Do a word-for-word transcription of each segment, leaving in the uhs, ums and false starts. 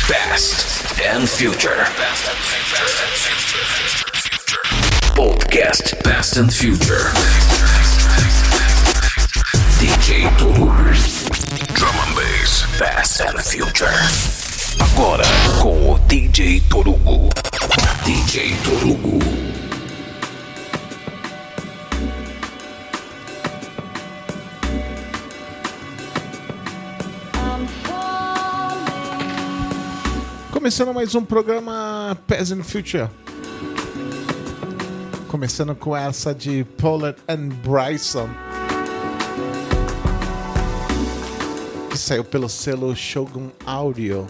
Past and Future. Podcast Past and Future. D J Torugo. Drum and Bass. Past and Future. Agora com o D J Torugo. D J Torugo. Começando mais um programa Past and Future. Começando com essa de Pollard and Bryson, que saiu pelo selo Shogun Audio,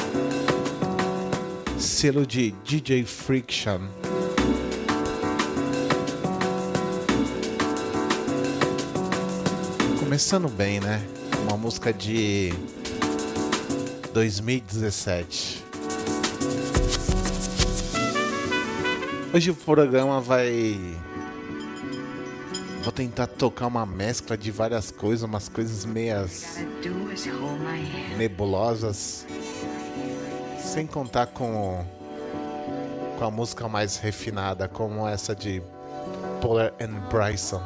selo de D J Friction. Começando bem, né? Uma música de dois mil e dezessete. Hoje o programa vai... Vou tentar tocar uma mescla de várias coisas, umas coisas meias nebulosas, sem contar com, com a música mais refinada, como essa de Pollard and Bryson.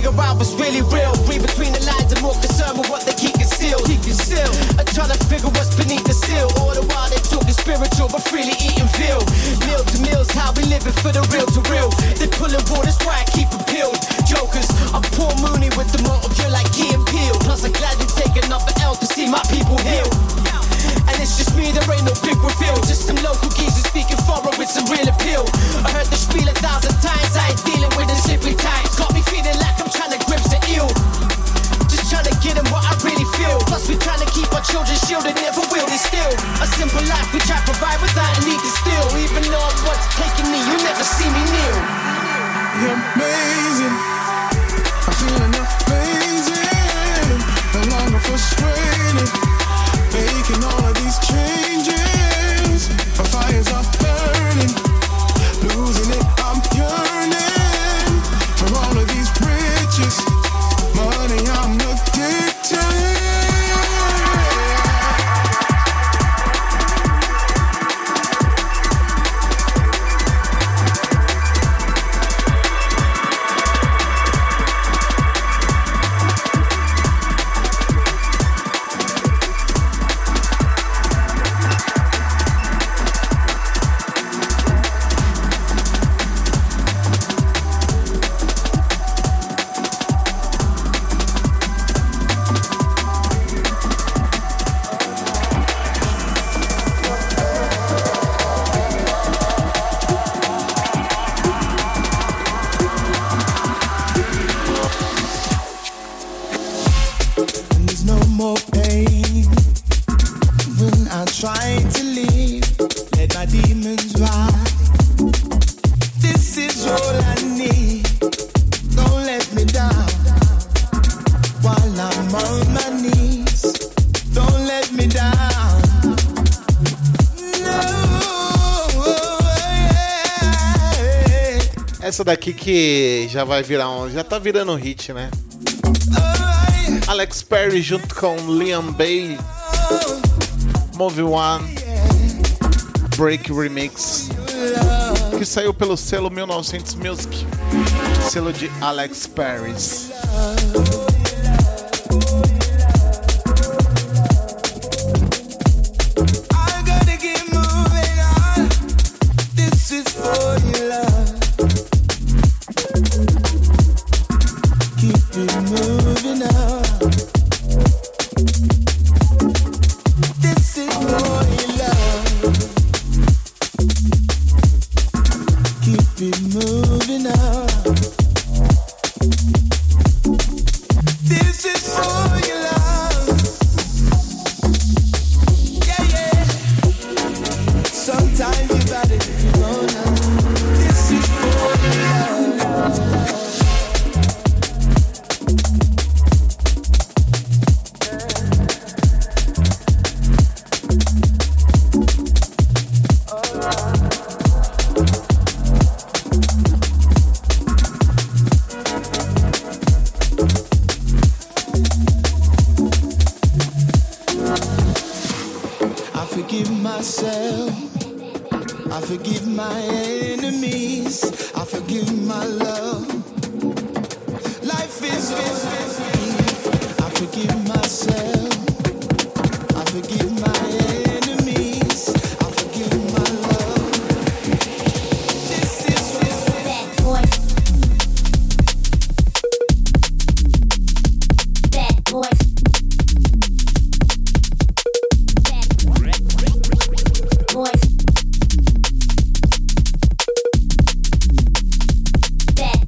figure out what's really real. Read between the lines and more concerned with what they keep concealed. Keep concealed. I'm trying to figure what's beneath the seal. All the while they talking spiritual, but freely eating veal. Meal to meals, how we living for the real to real. They pulling raw, that's why I keep it peeled. Jokers, I'm poor Mooney with the motive, you're like Key and Peele. Plus I'm glad you take another L to see my people heal. And it's just me, there ain't no big reveal. Just some local geezers speaking foreign with some real appeal. I heard the spiel a thousand times, I ain't dealing with it simply times. Got me feeling like I'm trying to grip the eel. Just trying to get them what I really feel. Plus we trying to keep our children shielded, never wielding still. A simple life we try to provide without a need to steal. Even though I'm what's taking me, you never see me kneel. You're amazing, I'm feeling amazing. No longer frustrated, making all of these changes. My fires are burning, losing it, I'm yearning. For all of these riches, money, I'm addicted. Essa daqui que já vai virar um... Já tá virando um hit, né? Alex Perry junto com Liam Bay, Move One, Break Remix, que saiu pelo selo mil e novecentos Music, selo de Alex Perry. Bad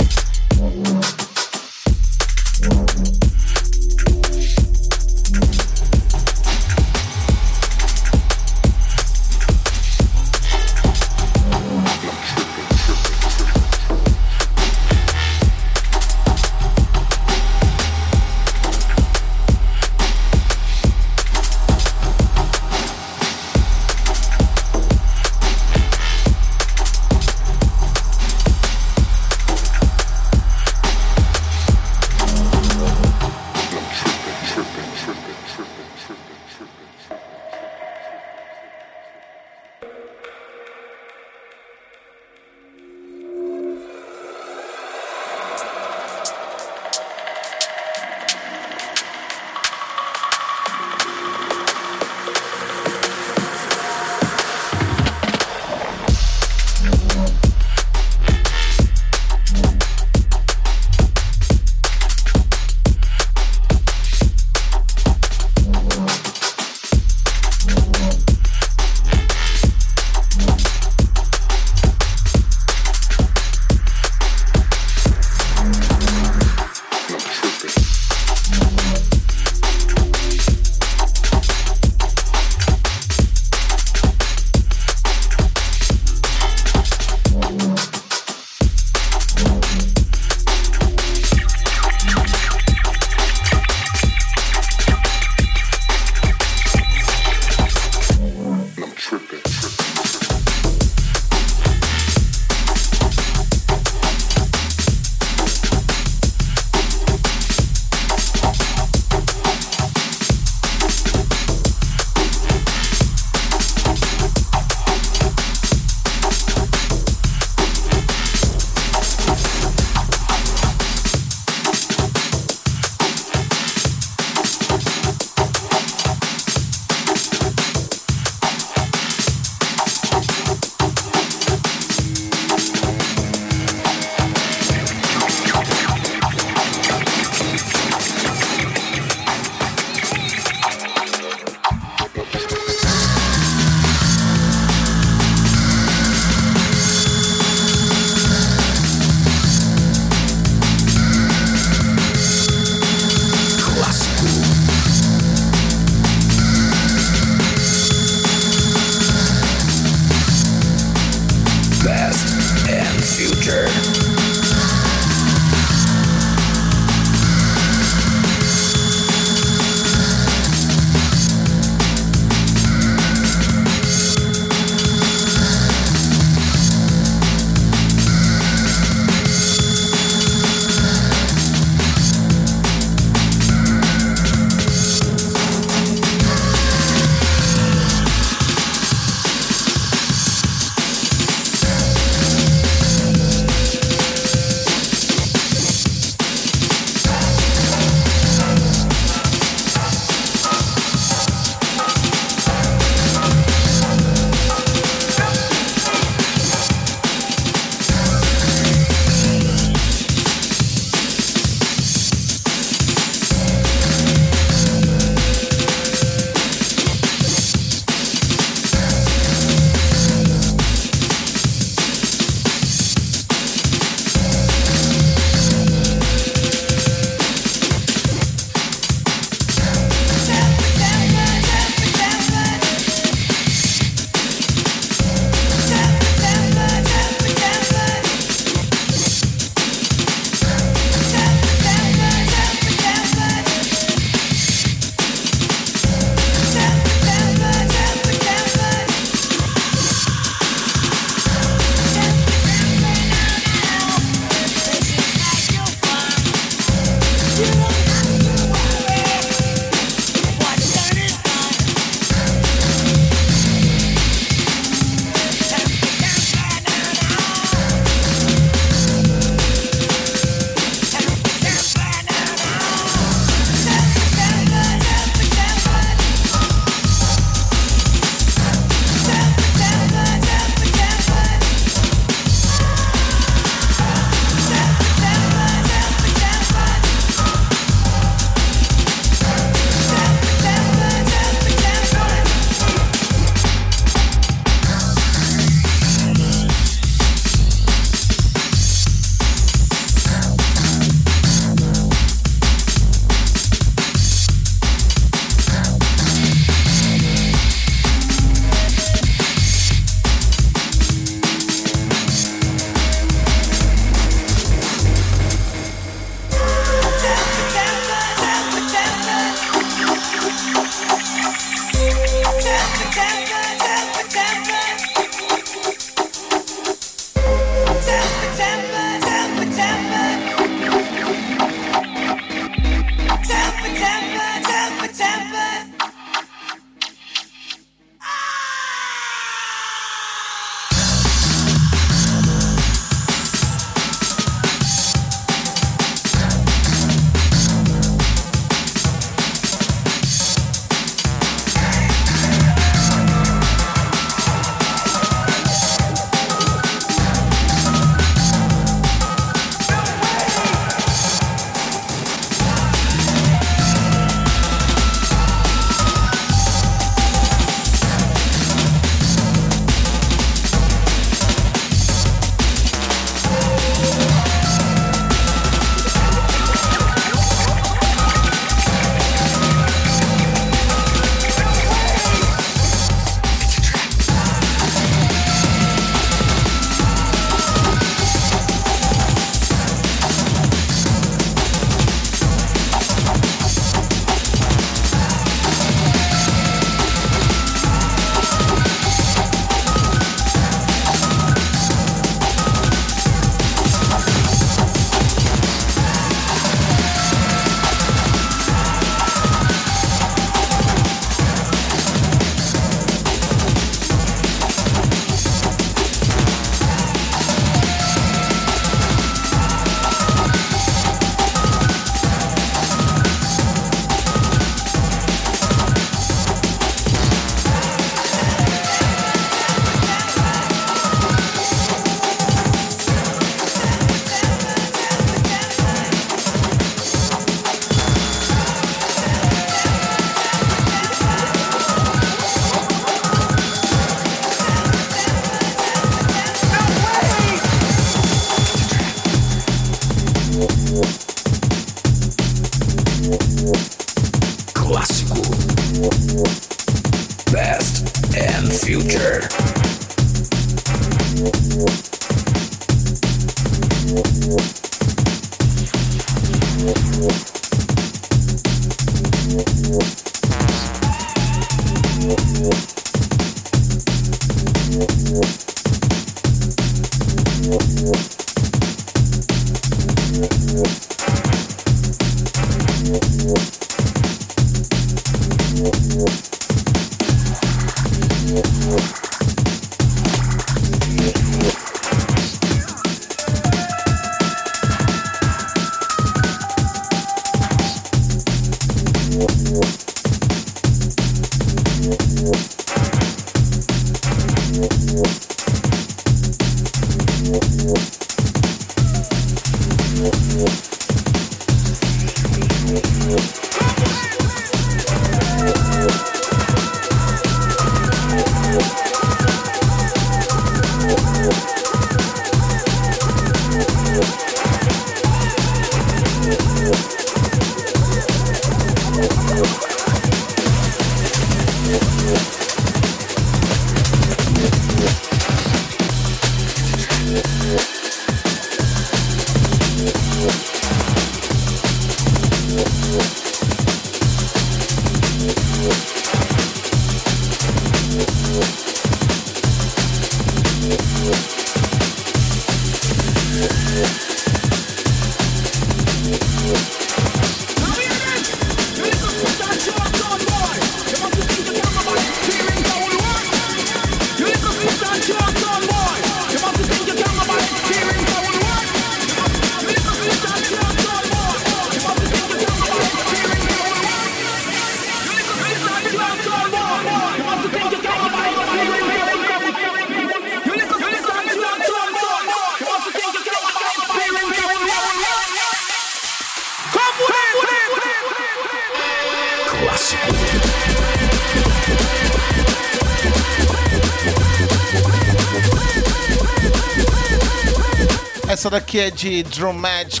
Essa daqui é de Drum Magic.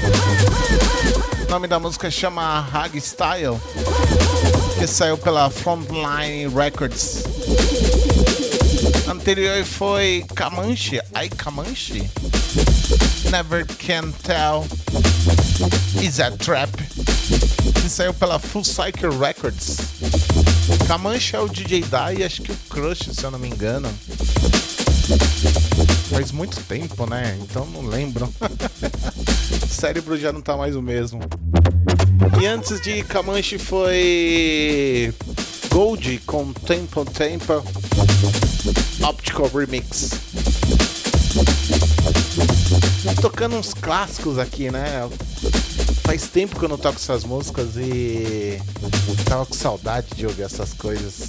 O nome da música chama Hag Style, que saiu pela Frontline Records. Anterior foi Comanche, ai Comanche, Never Can Tell, Is That Trap, que saiu pela Full Cycle Records. Comanche é o D J Da e acho que o Crush, se eu não me engano. Faz muito tempo, né? Então não lembro. O cérebro já não tá mais o mesmo. E antes de Comanche foi Gold com Tempo Tempo Optical Remix. Tocando uns clássicos aqui, né? Faz tempo que eu não toco essas músicas e tava com saudade de ouvir essas coisas.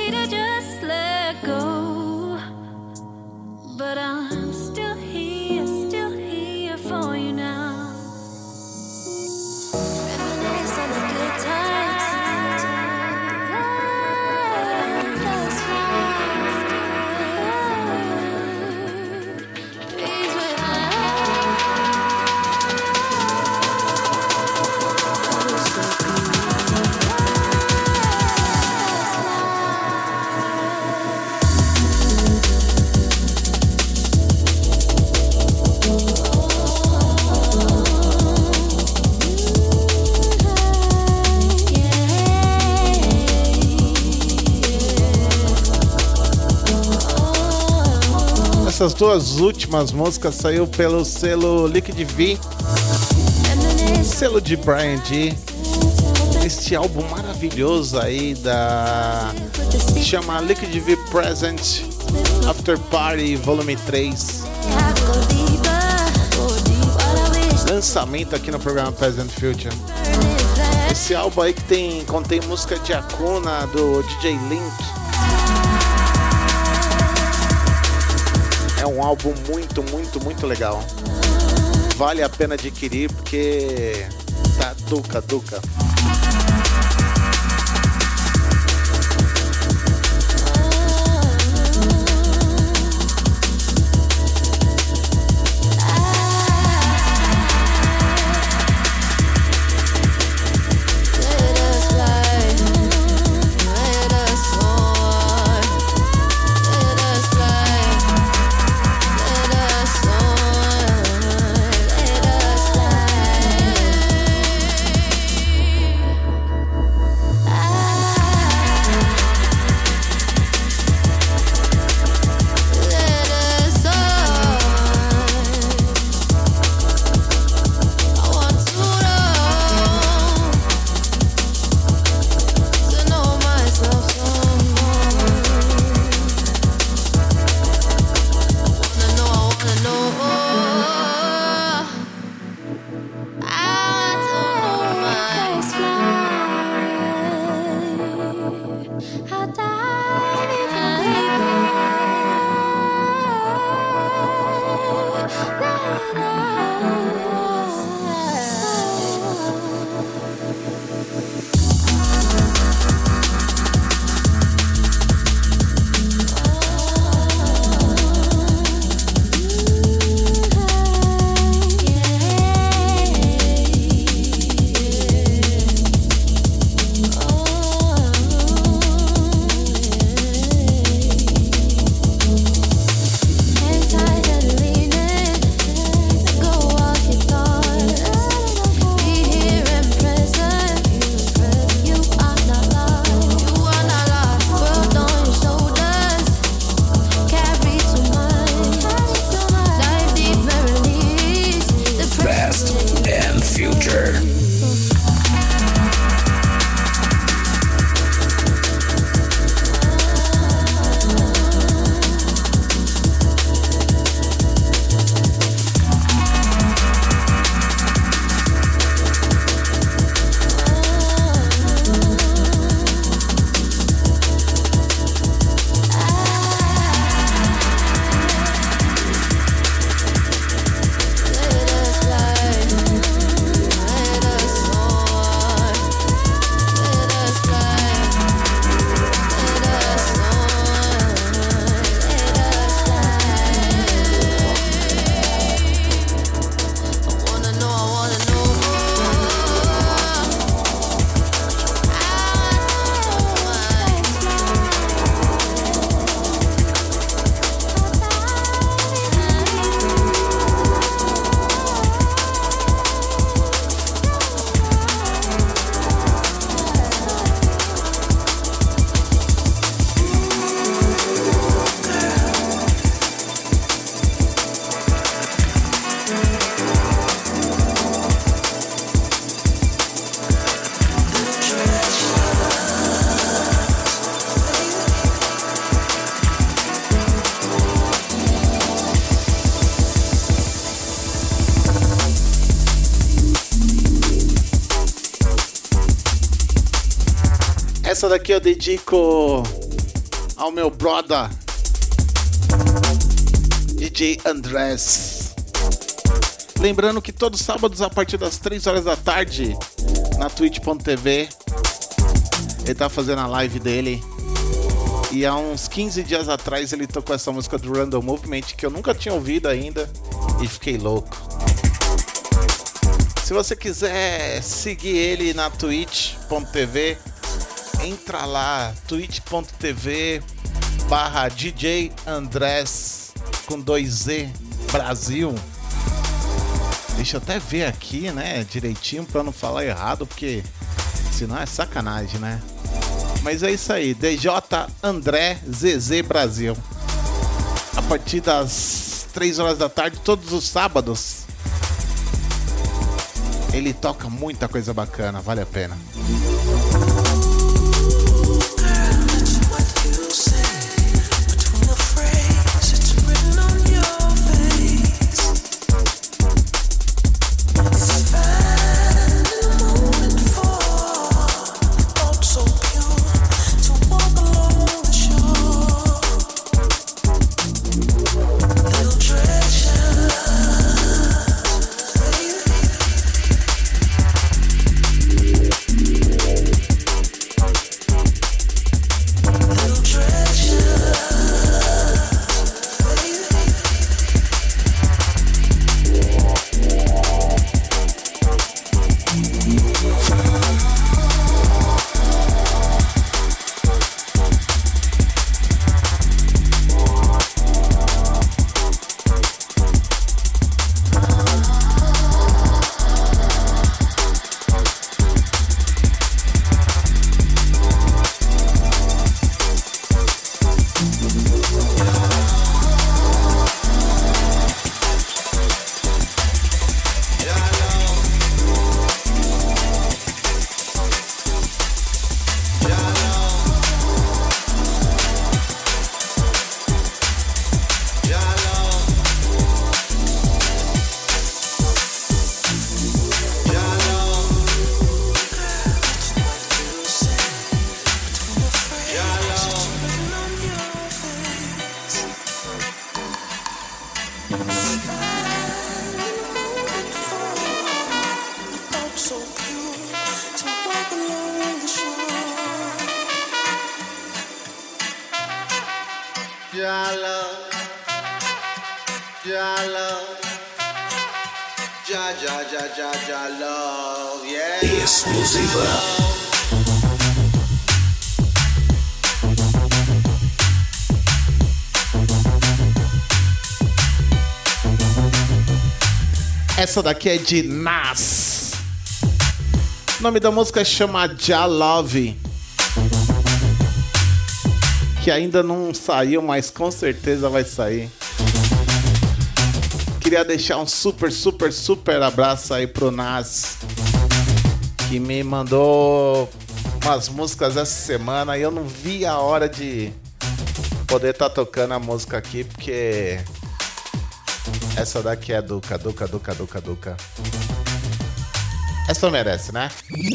easy to just let go, but I'm still here, still here for you now. Reminisce on the good times. Essas duas últimas músicas saiu pelo selo Liquid V, selo de Brian G. Este álbum maravilhoso aí da que chama Liquid V Present After Party Volume três. Lançamento aqui no programa Present Future. Esse álbum aí que tem contém música de Akuna do D J Link. É um álbum muito, muito, muito legal. Vale a pena adquirir porque tá duca, duca. Essa daqui eu dedico ao meu brother D J Andrés. Lembrando que todos os sábados a partir das três horas da tarde na twitch ponto tv ele tá fazendo a live dele. E há uns quinze dias atrás ele tocou essa música do Random Movement que eu nunca tinha ouvido ainda e fiquei louco. Se você quiser seguir ele na twitch ponto tv, entra lá, twitch ponto tv barra D J Andrés com dois Z Brasil. Deixa eu até ver aqui, né, direitinho pra não falar errado, porque senão é sacanagem, né? Mas é isso aí, D J André Z Z Brasil. A partir das três horas da tarde, todos os sábados, ele toca muita coisa bacana, vale a pena. Exclusiva. Essa daqui é de Nas. O nome da música chama Ja Love, que ainda não saiu, mas com certeza vai sair. Queria deixar um super, super, super abraço aí pro Nas, que me mandou umas músicas essa semana e eu não vi a hora de poder estar tá tocando a música aqui, porque essa daqui é Duca, Duca, Duca, Duca, Duca. Essa merece, né?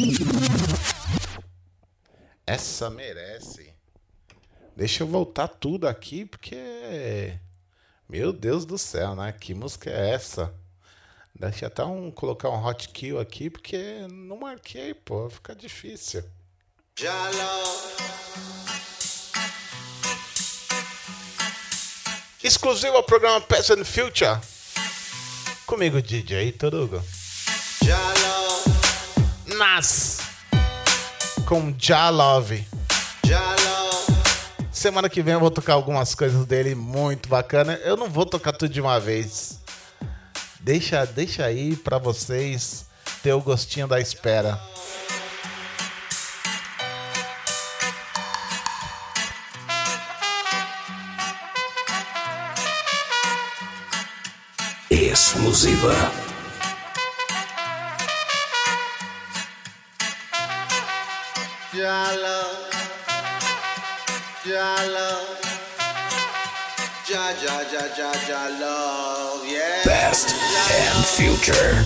Essa merece. Deixa eu voltar tudo aqui, porque... Meu Deus do céu, né? Que música é essa? Deixa até um, colocar um hot kill aqui, porque não marquei, pô. Fica difícil. Exclusivo ao programa Past and Future. Comigo, D J Torugo. Nas. Com Ja Love. Semana que vem eu vou tocar algumas coisas dele muito bacana. Eu não vou tocar tudo de uma vez. Deixa, deixa aí pra vocês ter o gostinho da espera. Exclusiva. Ja love, ja love, ja ja ja ja ja love, yeah. Past and Future.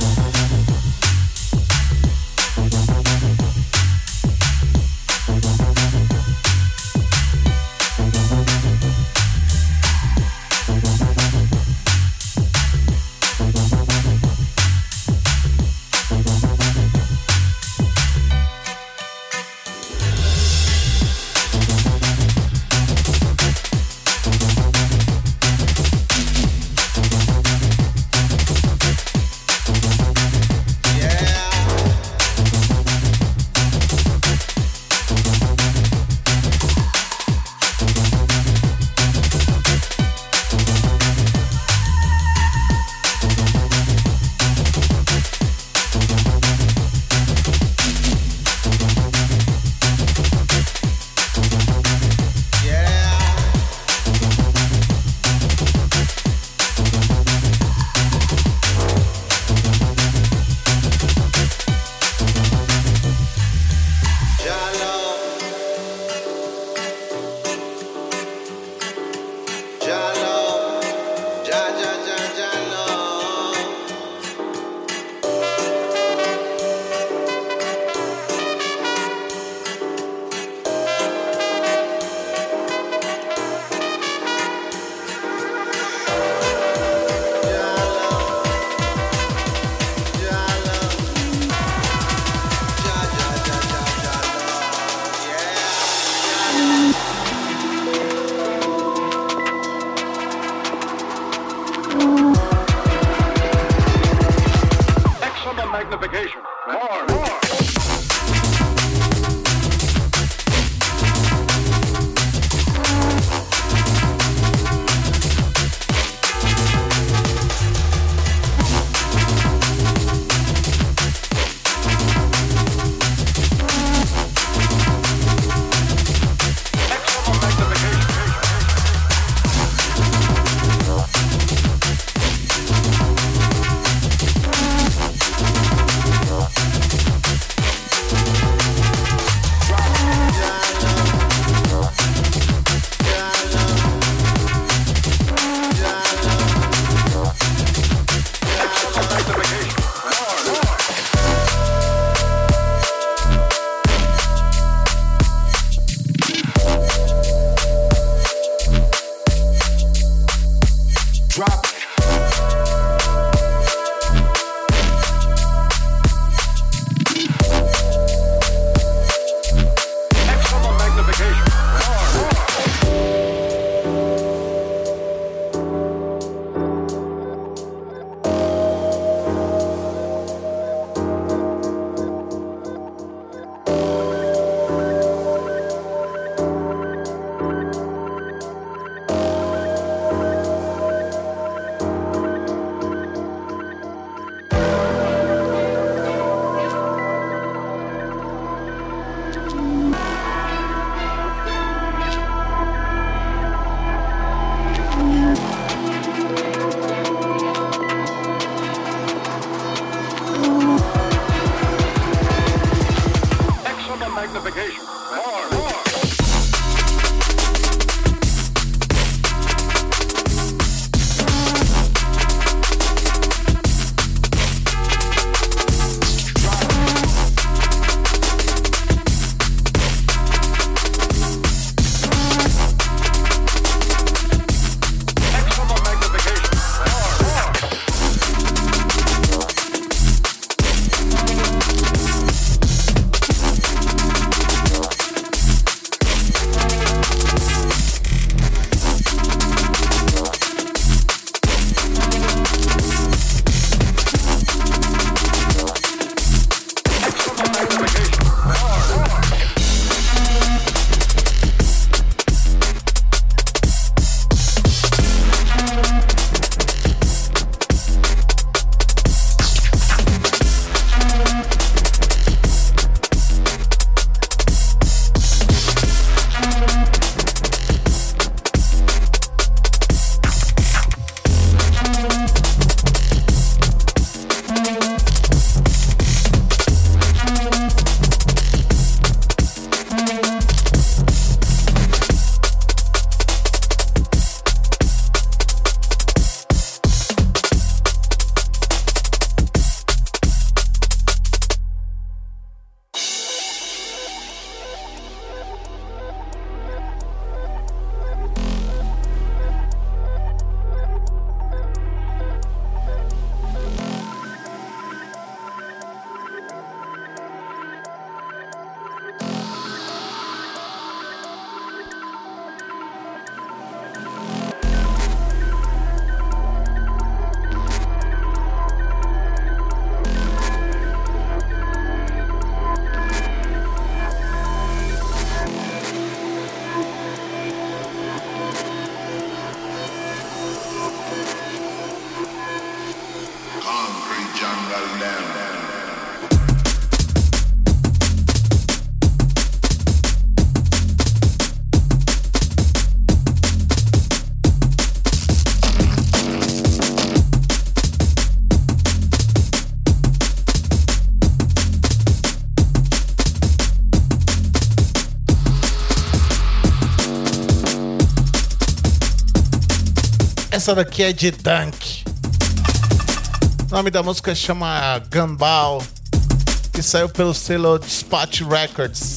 Essa daqui é de Dunk. O nome da música chama Gumball, que saiu pelo selo Dispatch Records.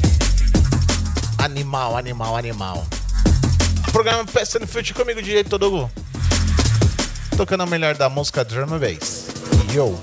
Animal, animal, animal. Programa Fast and Future comigo, D J Torugo. Tocando o melhor da música Drum and Bass. Yo!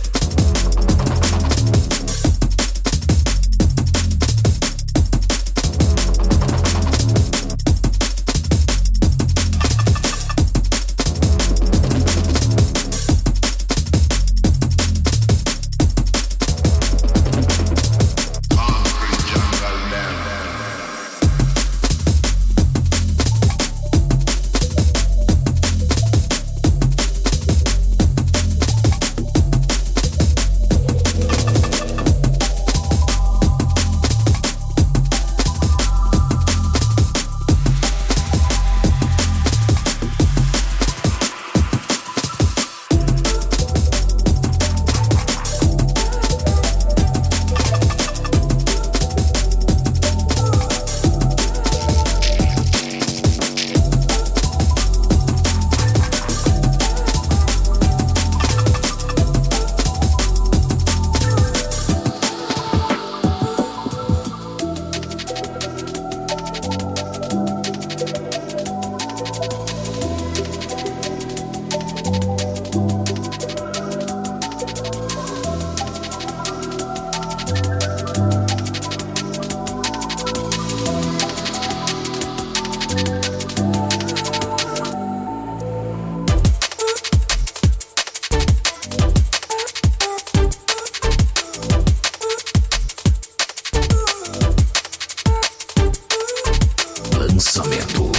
Lançamento.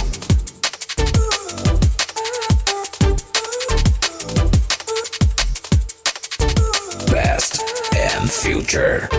Past and Future.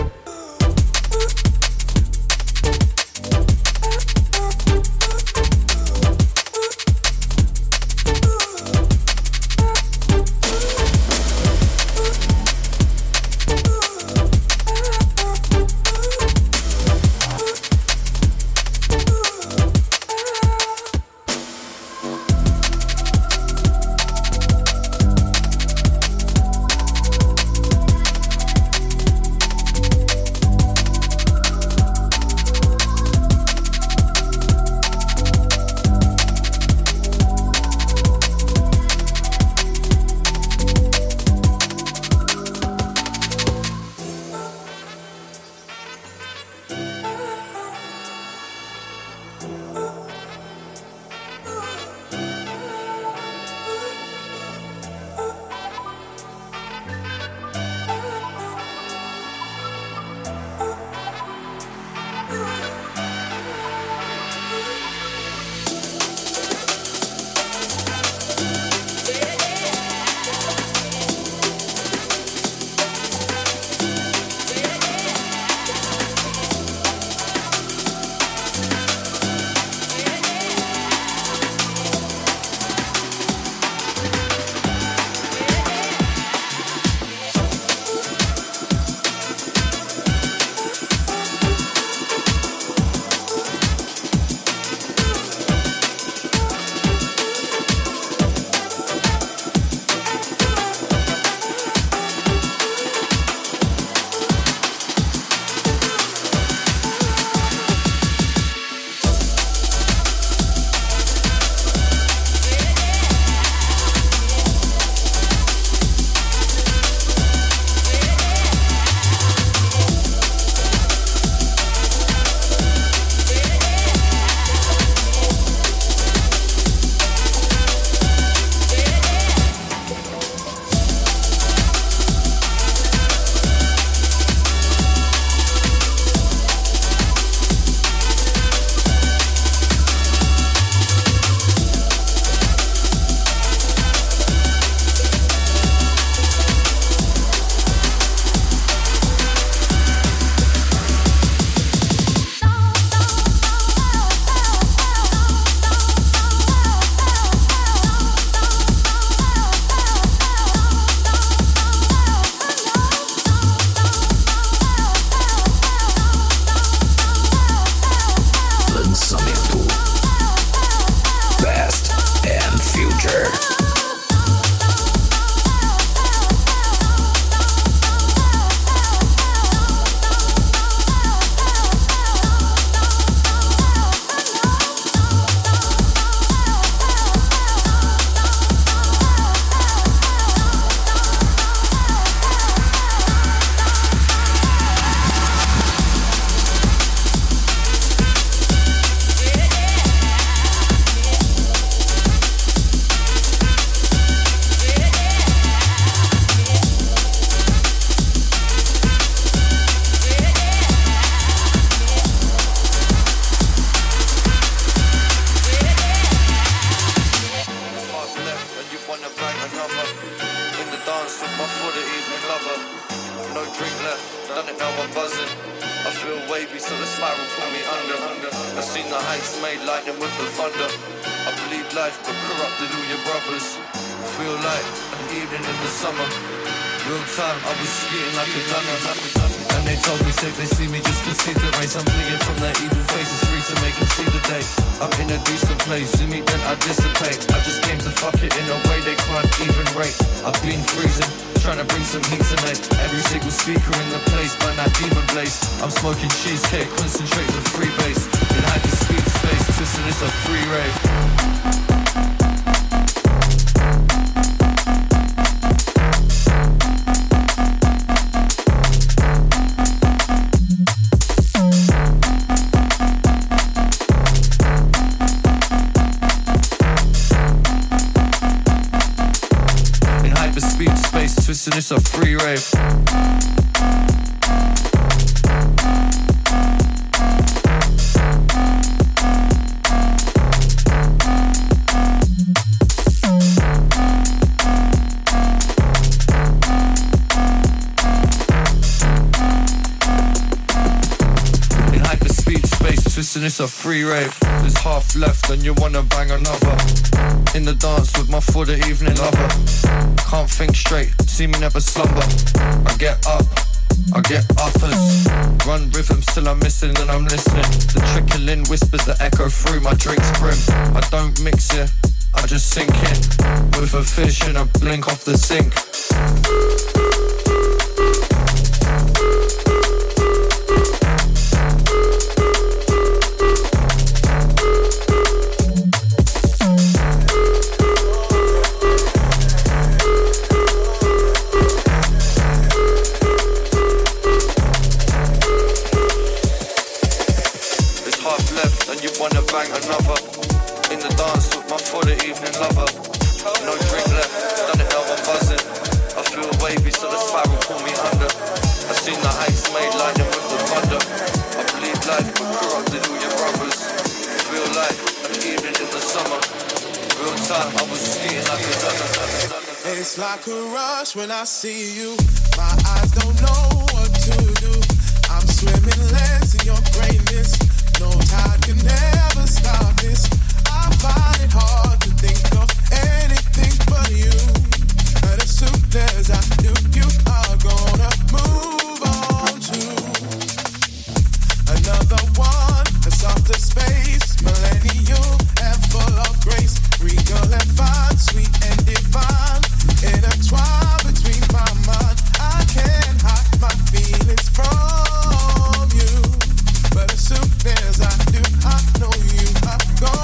the heights made lightning with the thunder. I believe life but corrupted all your brothers. Feel like an evening in the summer. Real time, I was skating like a gunner. And they told me, say they see me, just concede the race. I'm fleeing from their evil faces, free to make them see the day. I'm in a decent place, see me then I dissipate. I just came to fuck it in a way they can't even rate. I've been freezing, trying to bring some heat tonight. Every single speaker in the place, burn that demon blaze. I'm smoking cheesecake, concentrate on free bass. In hyper speed space, twisting this a free rave. Twisting it's a free rave. In hyperspeed space, twisting it's a free rave. There's half left and you wanna bang another. In the dance with my for the evening lover. Can't think straight, see me never slumber. I get up, I get uppers. Run rhythms till I'm missing and I'm listening. The trickling whispers that echo through my drink's brim. I don't mix it, I just sink in. With a fish in a blink off the sink. Another in the dance with my for the evening lover. No drink left, done it now I'm buzzing. I feel wavy so the spiral pull me under. I seen the heights made lightning with the thunder. I believe life but corrupted all your brothers. Feel like an evening in the summer. Real time I was skating like a gunner. It's like a rush when I see you. My eyes don't know what to do. I'm swimming less in your greatness. No tide can never stop this. I find it hard to think of anything but you. But as soon as I do, you are gonna move on to another one, a softer space, millennial and full of grace, regal and fine, sweet and divine, intertwined between my mind. I can't hide my feelings from you. But as soon as I do, I know you are gone.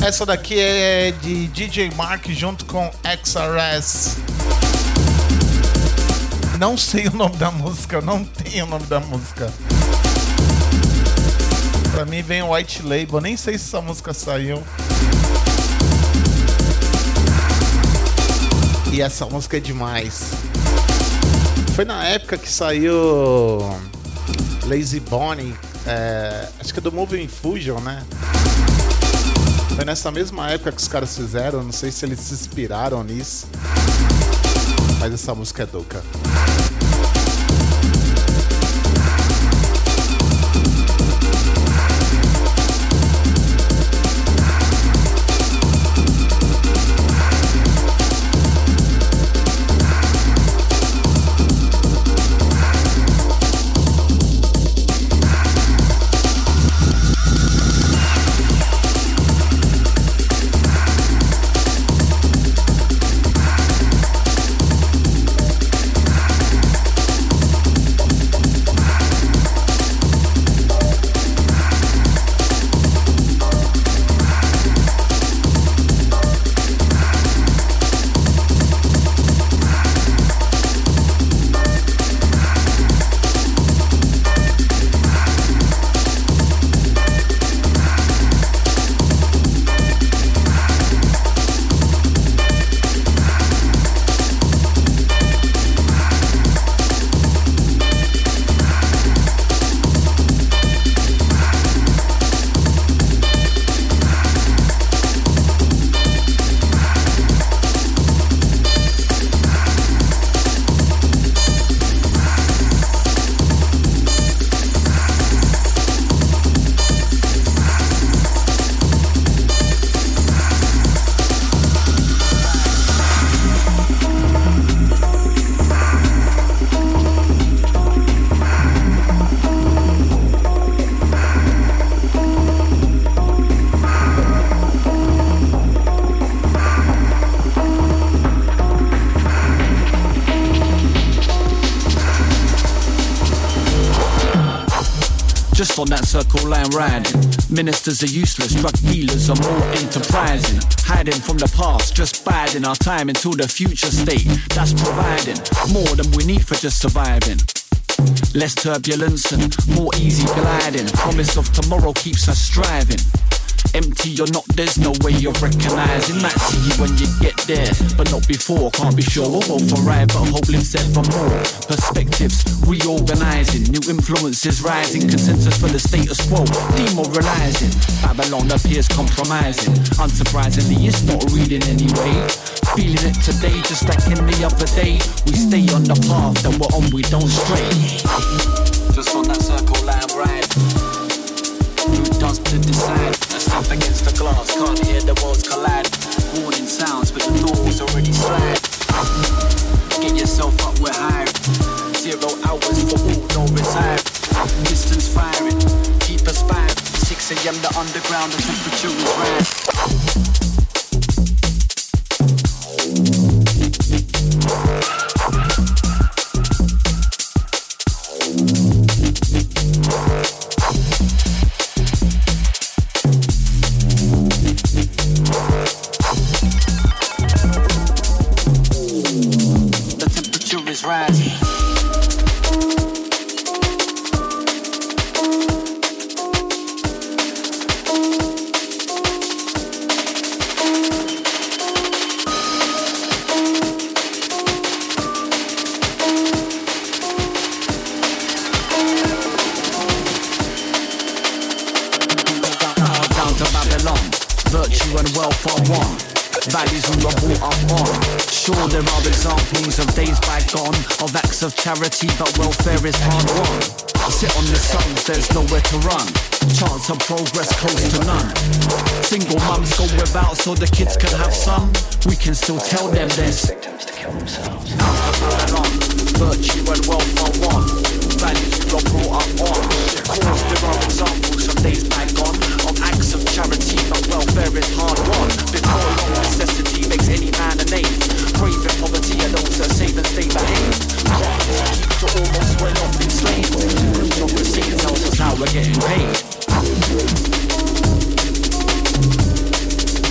Essa daqui é de D J Mark junto com X R S. Não sei o nome da música, não tenho o nome da música. Pra mim vem o White Label, nem sei se essa música saiu. E essa música é demais. Foi na época que saiu Lazy Bonnie, é, acho que é do Moving Fusion, né? Foi nessa mesma época que os caras fizeram, não sei se eles se inspiraram nisso. Mas essa música é doca. Just on that circle line riding. Ministers are useless, drug dealers are more enterprising. Hiding from the past, just biding our time until the future state. That's providing more than we need for just surviving. Less turbulence and more easy gliding. Promise of tomorrow keeps us striving. Empty or not, there's no way of recognising. Might see you when you get there, but not before. Can't be sure we'll both arrive, but hope lives evermore. Perspectives reorganising, new influences rising. Consensus for the status quo, demoralising. Babylon appears compromising. Unsurprisingly, it's not reading anyway. Feeling it today, just like in the other day. We stay on the path that we're on, we don't stray. Just on that circle line ride. Who does to decide? I step against the glass, can't hear the worlds collide. Warning sounds, but the door's already slide. Get yourself up, we're high. Zero hours for all, no retire. Distance firing, keep us five. six a.m. the underground, the temperature is right. Of charity, but welfare is hard won. Sit on the sons, there's nowhere to run. Chance of progress close to none. Single mums go without so the kids can have some. We can still tell them this. Victims to kill themselves. Virtue and wealth are one. Values we are brought up on. Of course there are examples from days bygone of acts of charity, but welfare is hard won. Before long necessity makes any man a knave. Craving poverty and those that save and stay behaved. Keep to almost well off enslaved. Democracy tells us how we're getting paid.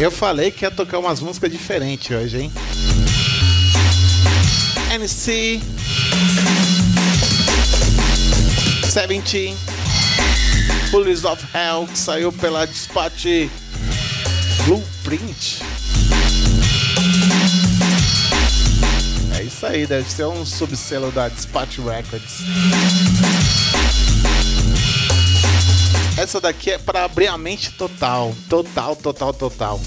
Eu falei que ia tocar umas músicas diferentes hoje, hein? N C Seventeen, Police of Hell, que saiu pela Dispatch Blueprint. É isso aí, deve ser um subselo da Dispatch Records. Essa daqui é para abrir a mente total, total, total, total.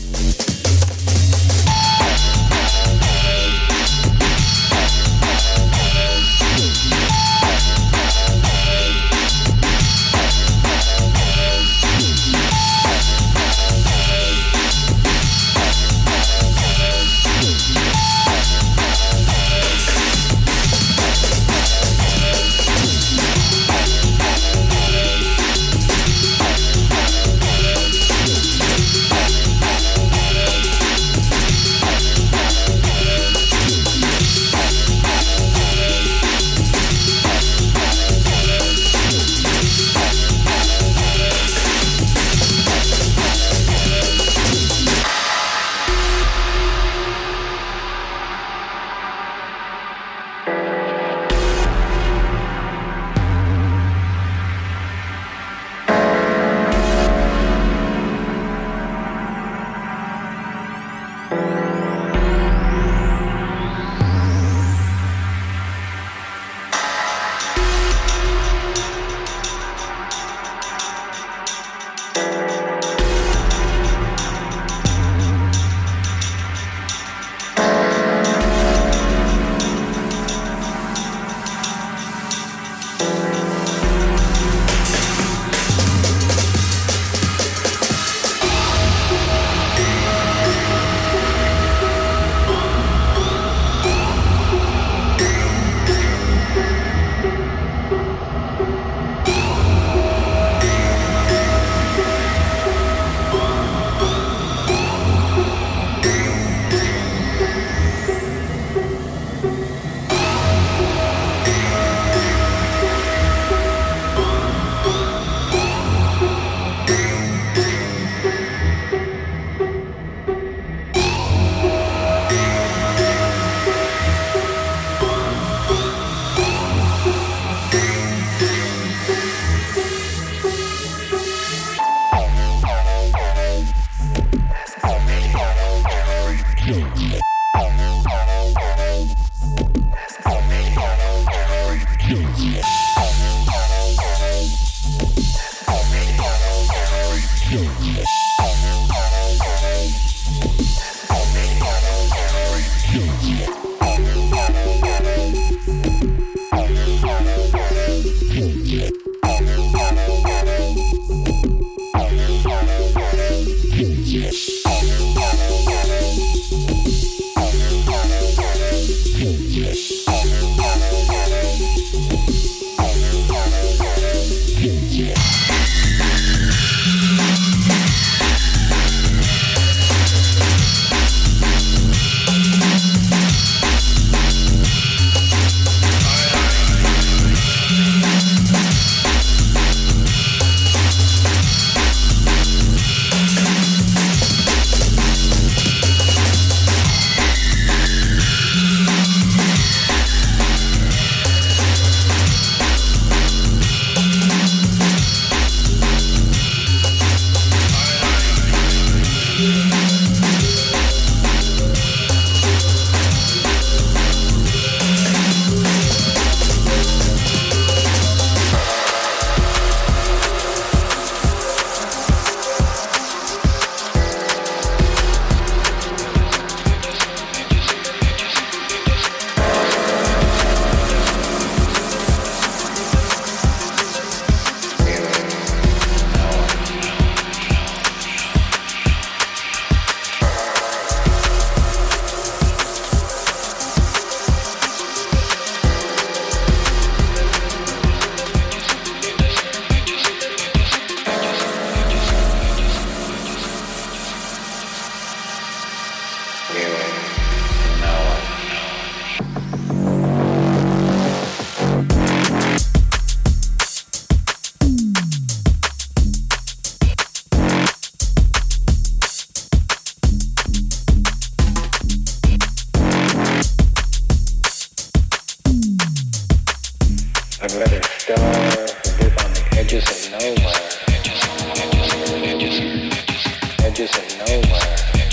edges of nowhere. Edges, edges, edges of nowhere.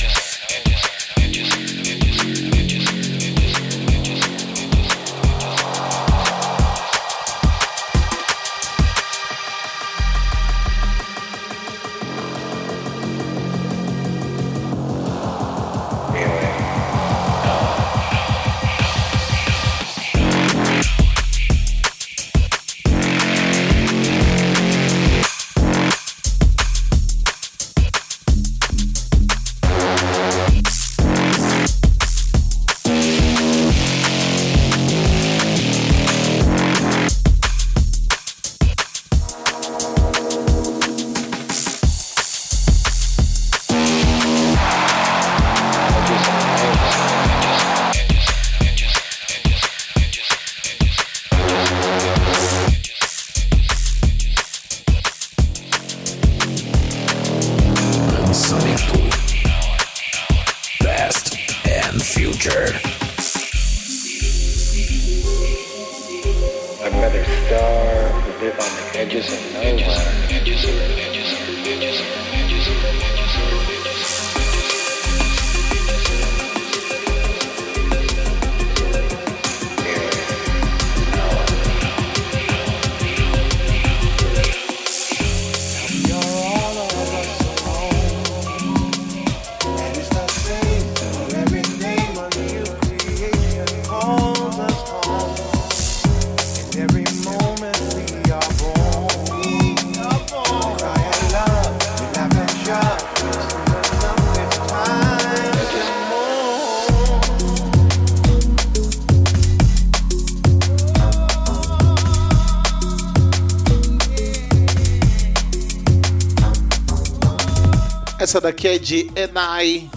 Essa daqui é de Enai,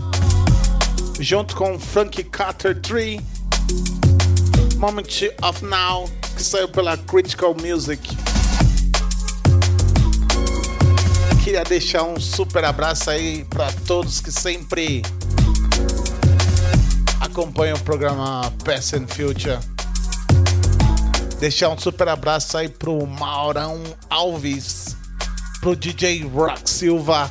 junto com Frank Carter três, Moment of Now, que saiu pela Critical Music. Queria deixar um super abraço aí para todos que sempre acompanham o programa Past and Future. Deixar um super abraço aí pro Maurão Alves, pro D J Rock Silva,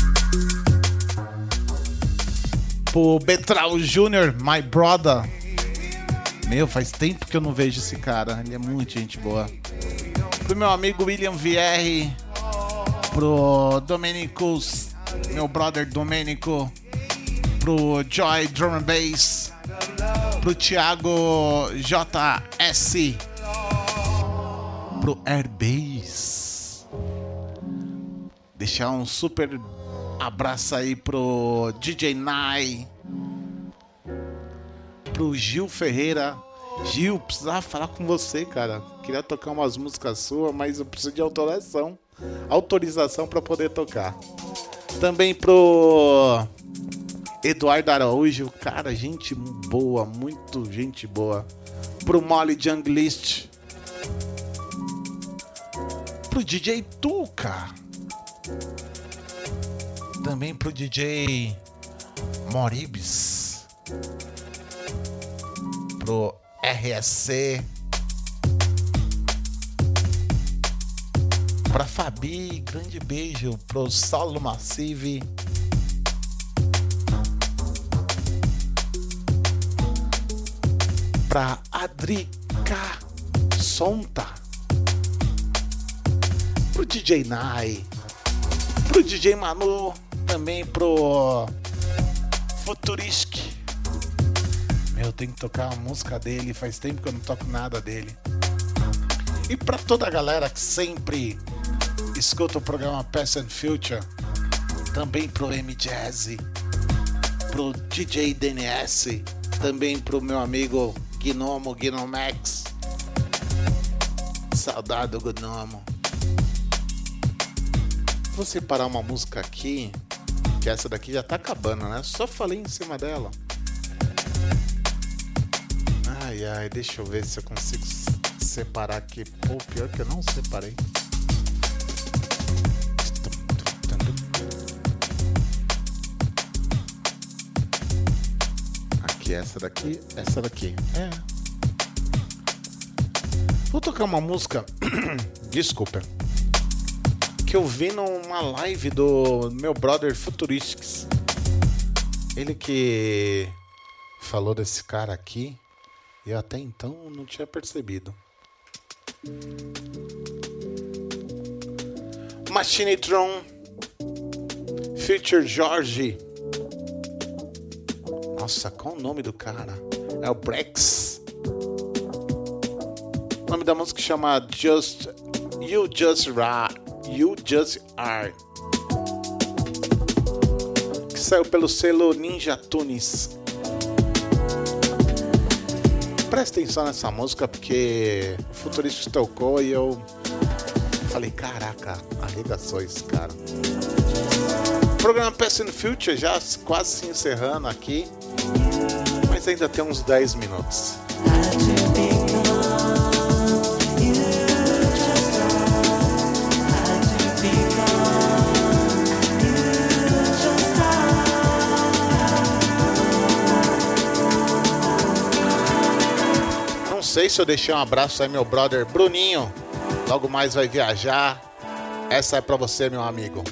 pro Betral Júnior, my brother. Meu, faz tempo que eu não vejo esse cara, ele é muito gente boa. Pro meu amigo William Vierre, pro Domenicus, meu brother Domenico, pro Joy Drum and Bass, pro Thiago J S, pro Airbase. Deixar um super abraço aí pro D J Nai, pro Gil Ferreira. Gil, precisava falar com você, cara. Queria tocar umas músicas suas, mas eu preciso de autorização. Autorização para poder tocar. Também pro Eduardo Araújo, cara, gente boa, muito gente boa. Pro Molly Junglist, pro D J Tuca, também pro D J Moribes, pro R S C, pra Fabi, grande beijo, pro Saulo Massive, pra Adrica Sonta, pro D J Nai, pro D J Manu, também pro Futuristic. Meu, eu tenho que tocar a música dele, faz tempo que eu não toco nada dele. E pra toda a galera que sempre escuta o programa Past and Future, também pro M-Jazz, pro D J D N S, também pro meu amigo Gnomo, Gnomax. Saudade do Gnomo. Vou separar uma música aqui, que essa daqui já tá acabando, né? Só falei em cima dela. Ai, ai, deixa eu ver se eu consigo separar aqui. Pô, pior que eu não separei. Aqui, essa daqui, essa daqui. É. Vou tocar uma música. Desculpa. que eu vi numa live do meu brother Futuristics. Ele que falou desse cara aqui e eu até então não tinha percebido. Machinitron Future George. Nossa, qual o nome do cara? É o Brex. O nome da música chama Just You Just Are. You Just Are. Que saiu pelo selo Ninja Tunes. Presta atenção nessa música porque o Futurista tocou e eu falei, caraca, arregaçou esse cara. Programa Past and Future já quase se encerrando aqui, mas ainda tem uns dez minutos. Não sei se eu deixei um abraço aí, meu brother Bruninho. Logo mais vai viajar. Essa é pra você, meu amigo.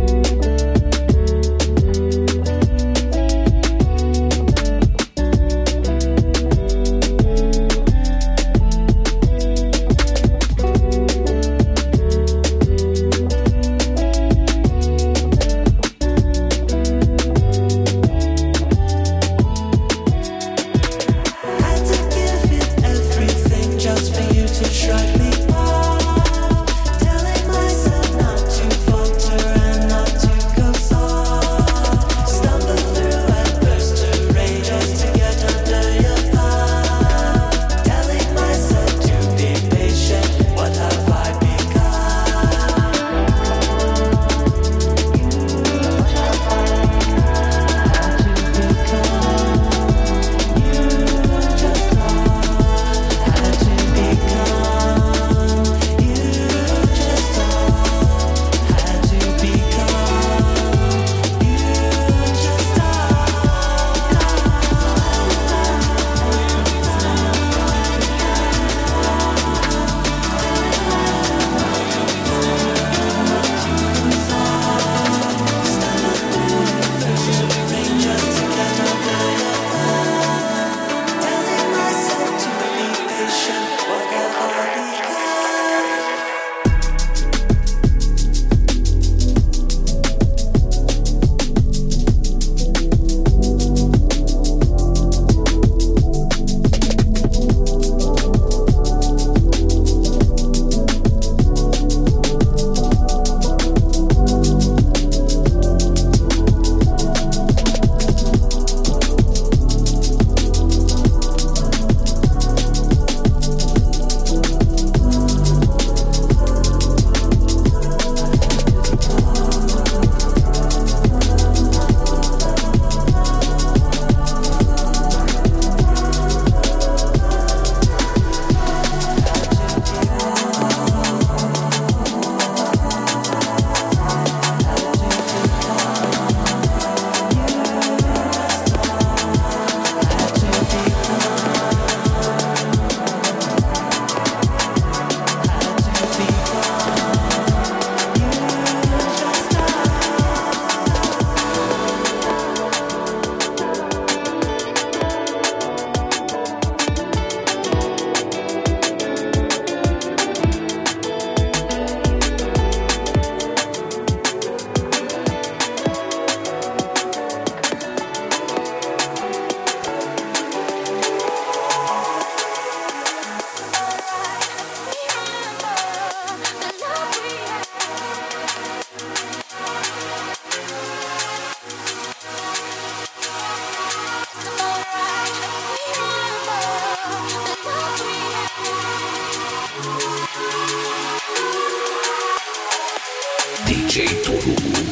D J Torugo.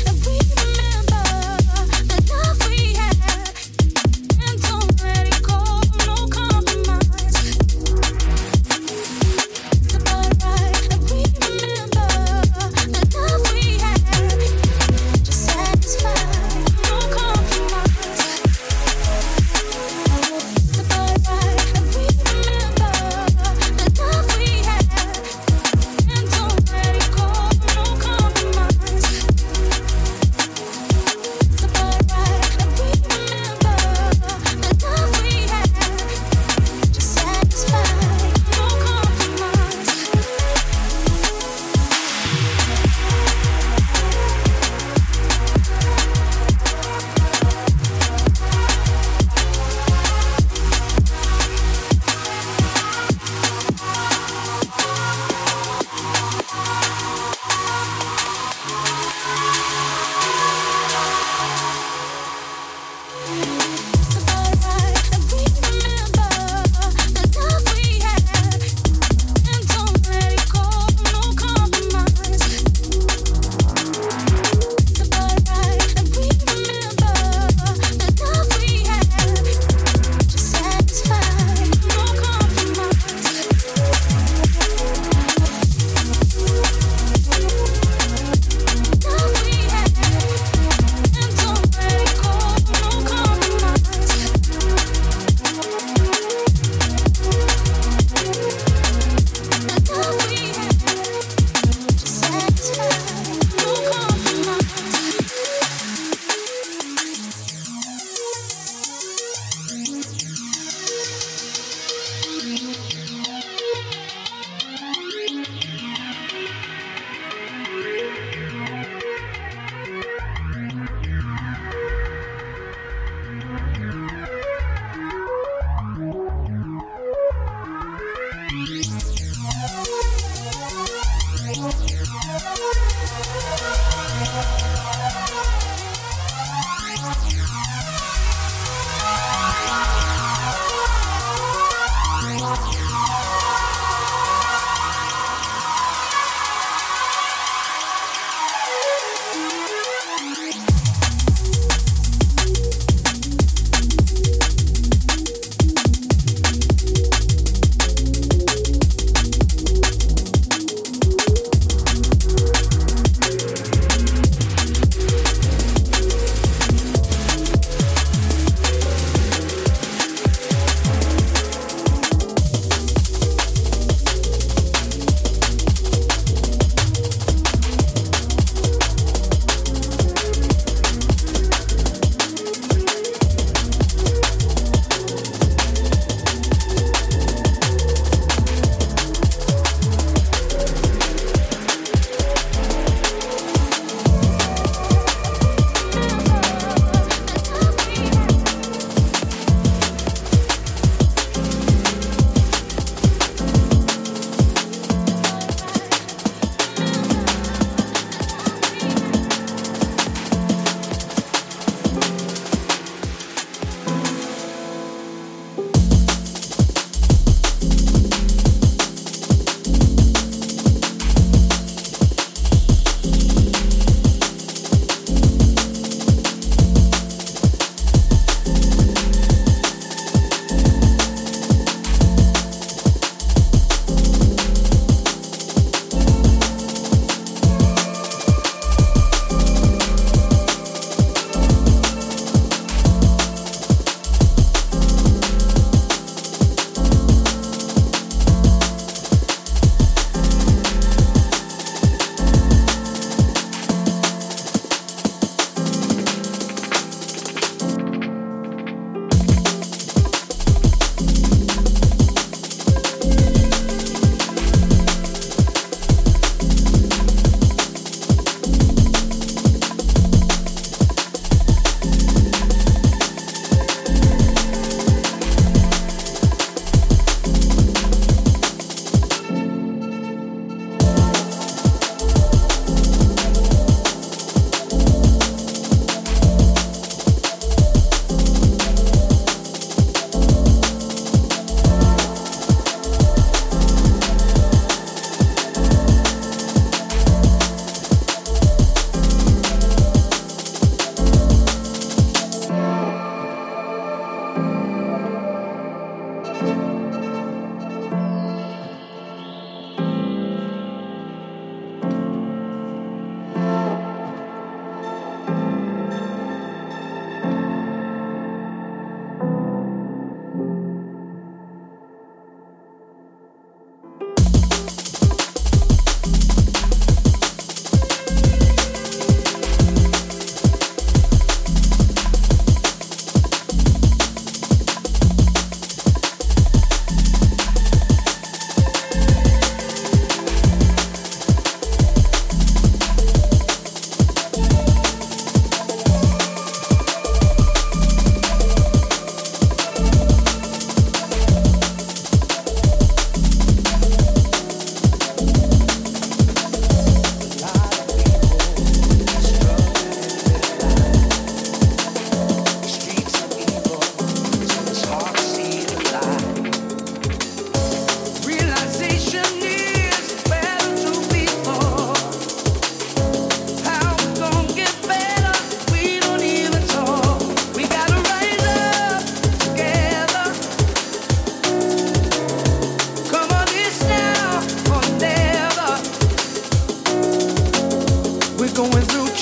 Let it go.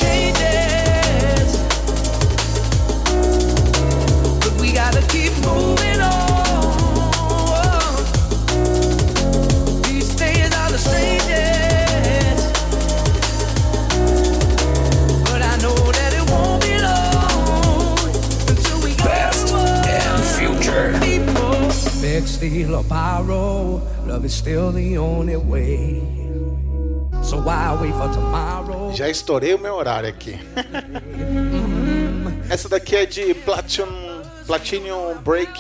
changes, but we gotta keep moving on. These days are the strangest, but I know that it won't be long until we go. Past and future. People beg, steal, or borrow. Love is still the only way. So why wait for tomorrow? Já estourei o meu horário aqui. Essa daqui é de Platinum, Platinum Break,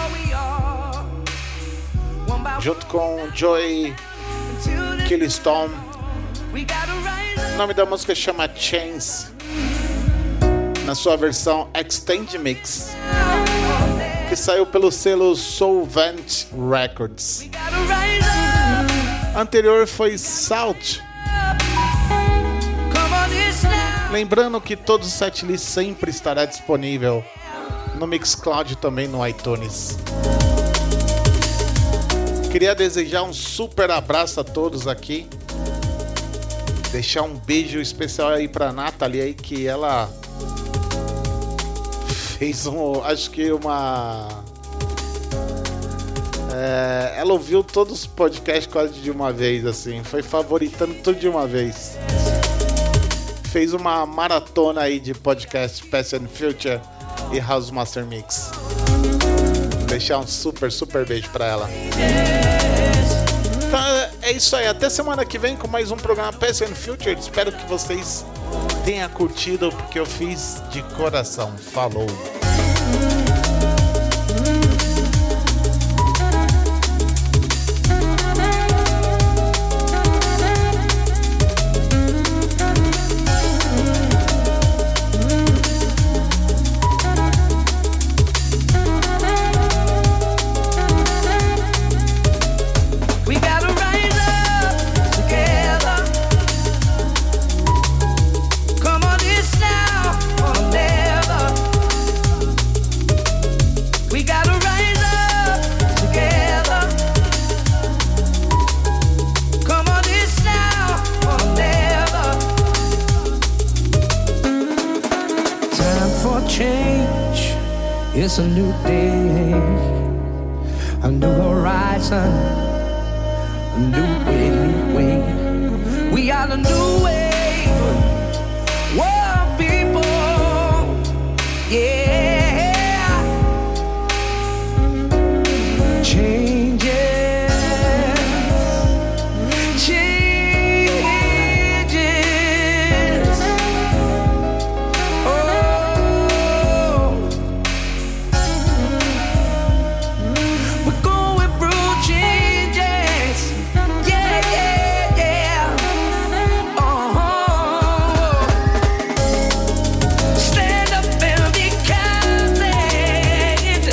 junto com Joey Killstone. O nome da música chama Chains, na sua versão Extend Mix, que saiu pelo selo Solvent Records. Anterior foi Salt. Lembrando que todo o setlist sempre estará disponível no Mixcloud e também no iTunes. Queria desejar um super abraço a todos aqui. Deixar um beijo especial aí pra Nathalie aí, que ela fez um, acho que uma... É, ela ouviu todos os podcasts quase de uma vez, assim. Foi favoritando tudo de uma vez. Fez uma maratona aí de podcast Past and Future e House Master Mix. Vou deixar um super, super beijo pra ela. Então é isso aí. Até semana que vem com mais um programa Past and Future. Espero que vocês tenham curtido, porque eu fiz de coração. Falou! It's a new day, a new horizon, a new way, new way. We are the new way, world people, yeah. Changes, changes. Oh. We're going through changes, yeah, yeah, yeah. Oh, stand up and be counted.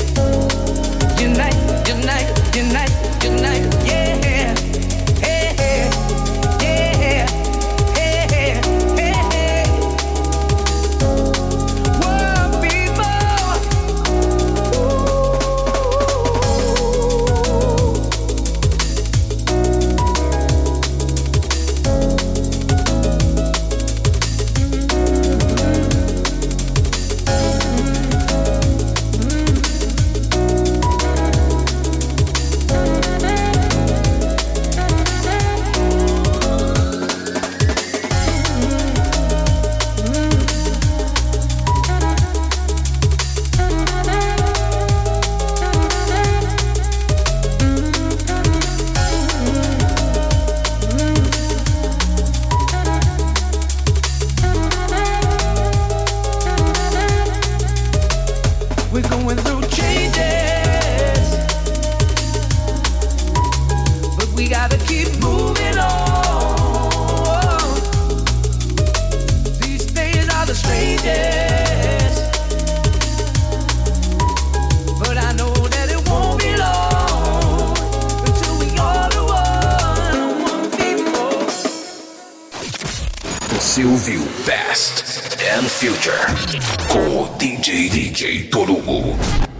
Unite, unite, unite, unite, yeah. Hey, hey, yeah, hey, hey, hey, hey. World people. We're going through changes, but we gotta keep moving on. These days are the strangest, but I know that it won't be long until we all are one, one people. Você ouviu Past and Future com o D J D J Torugo.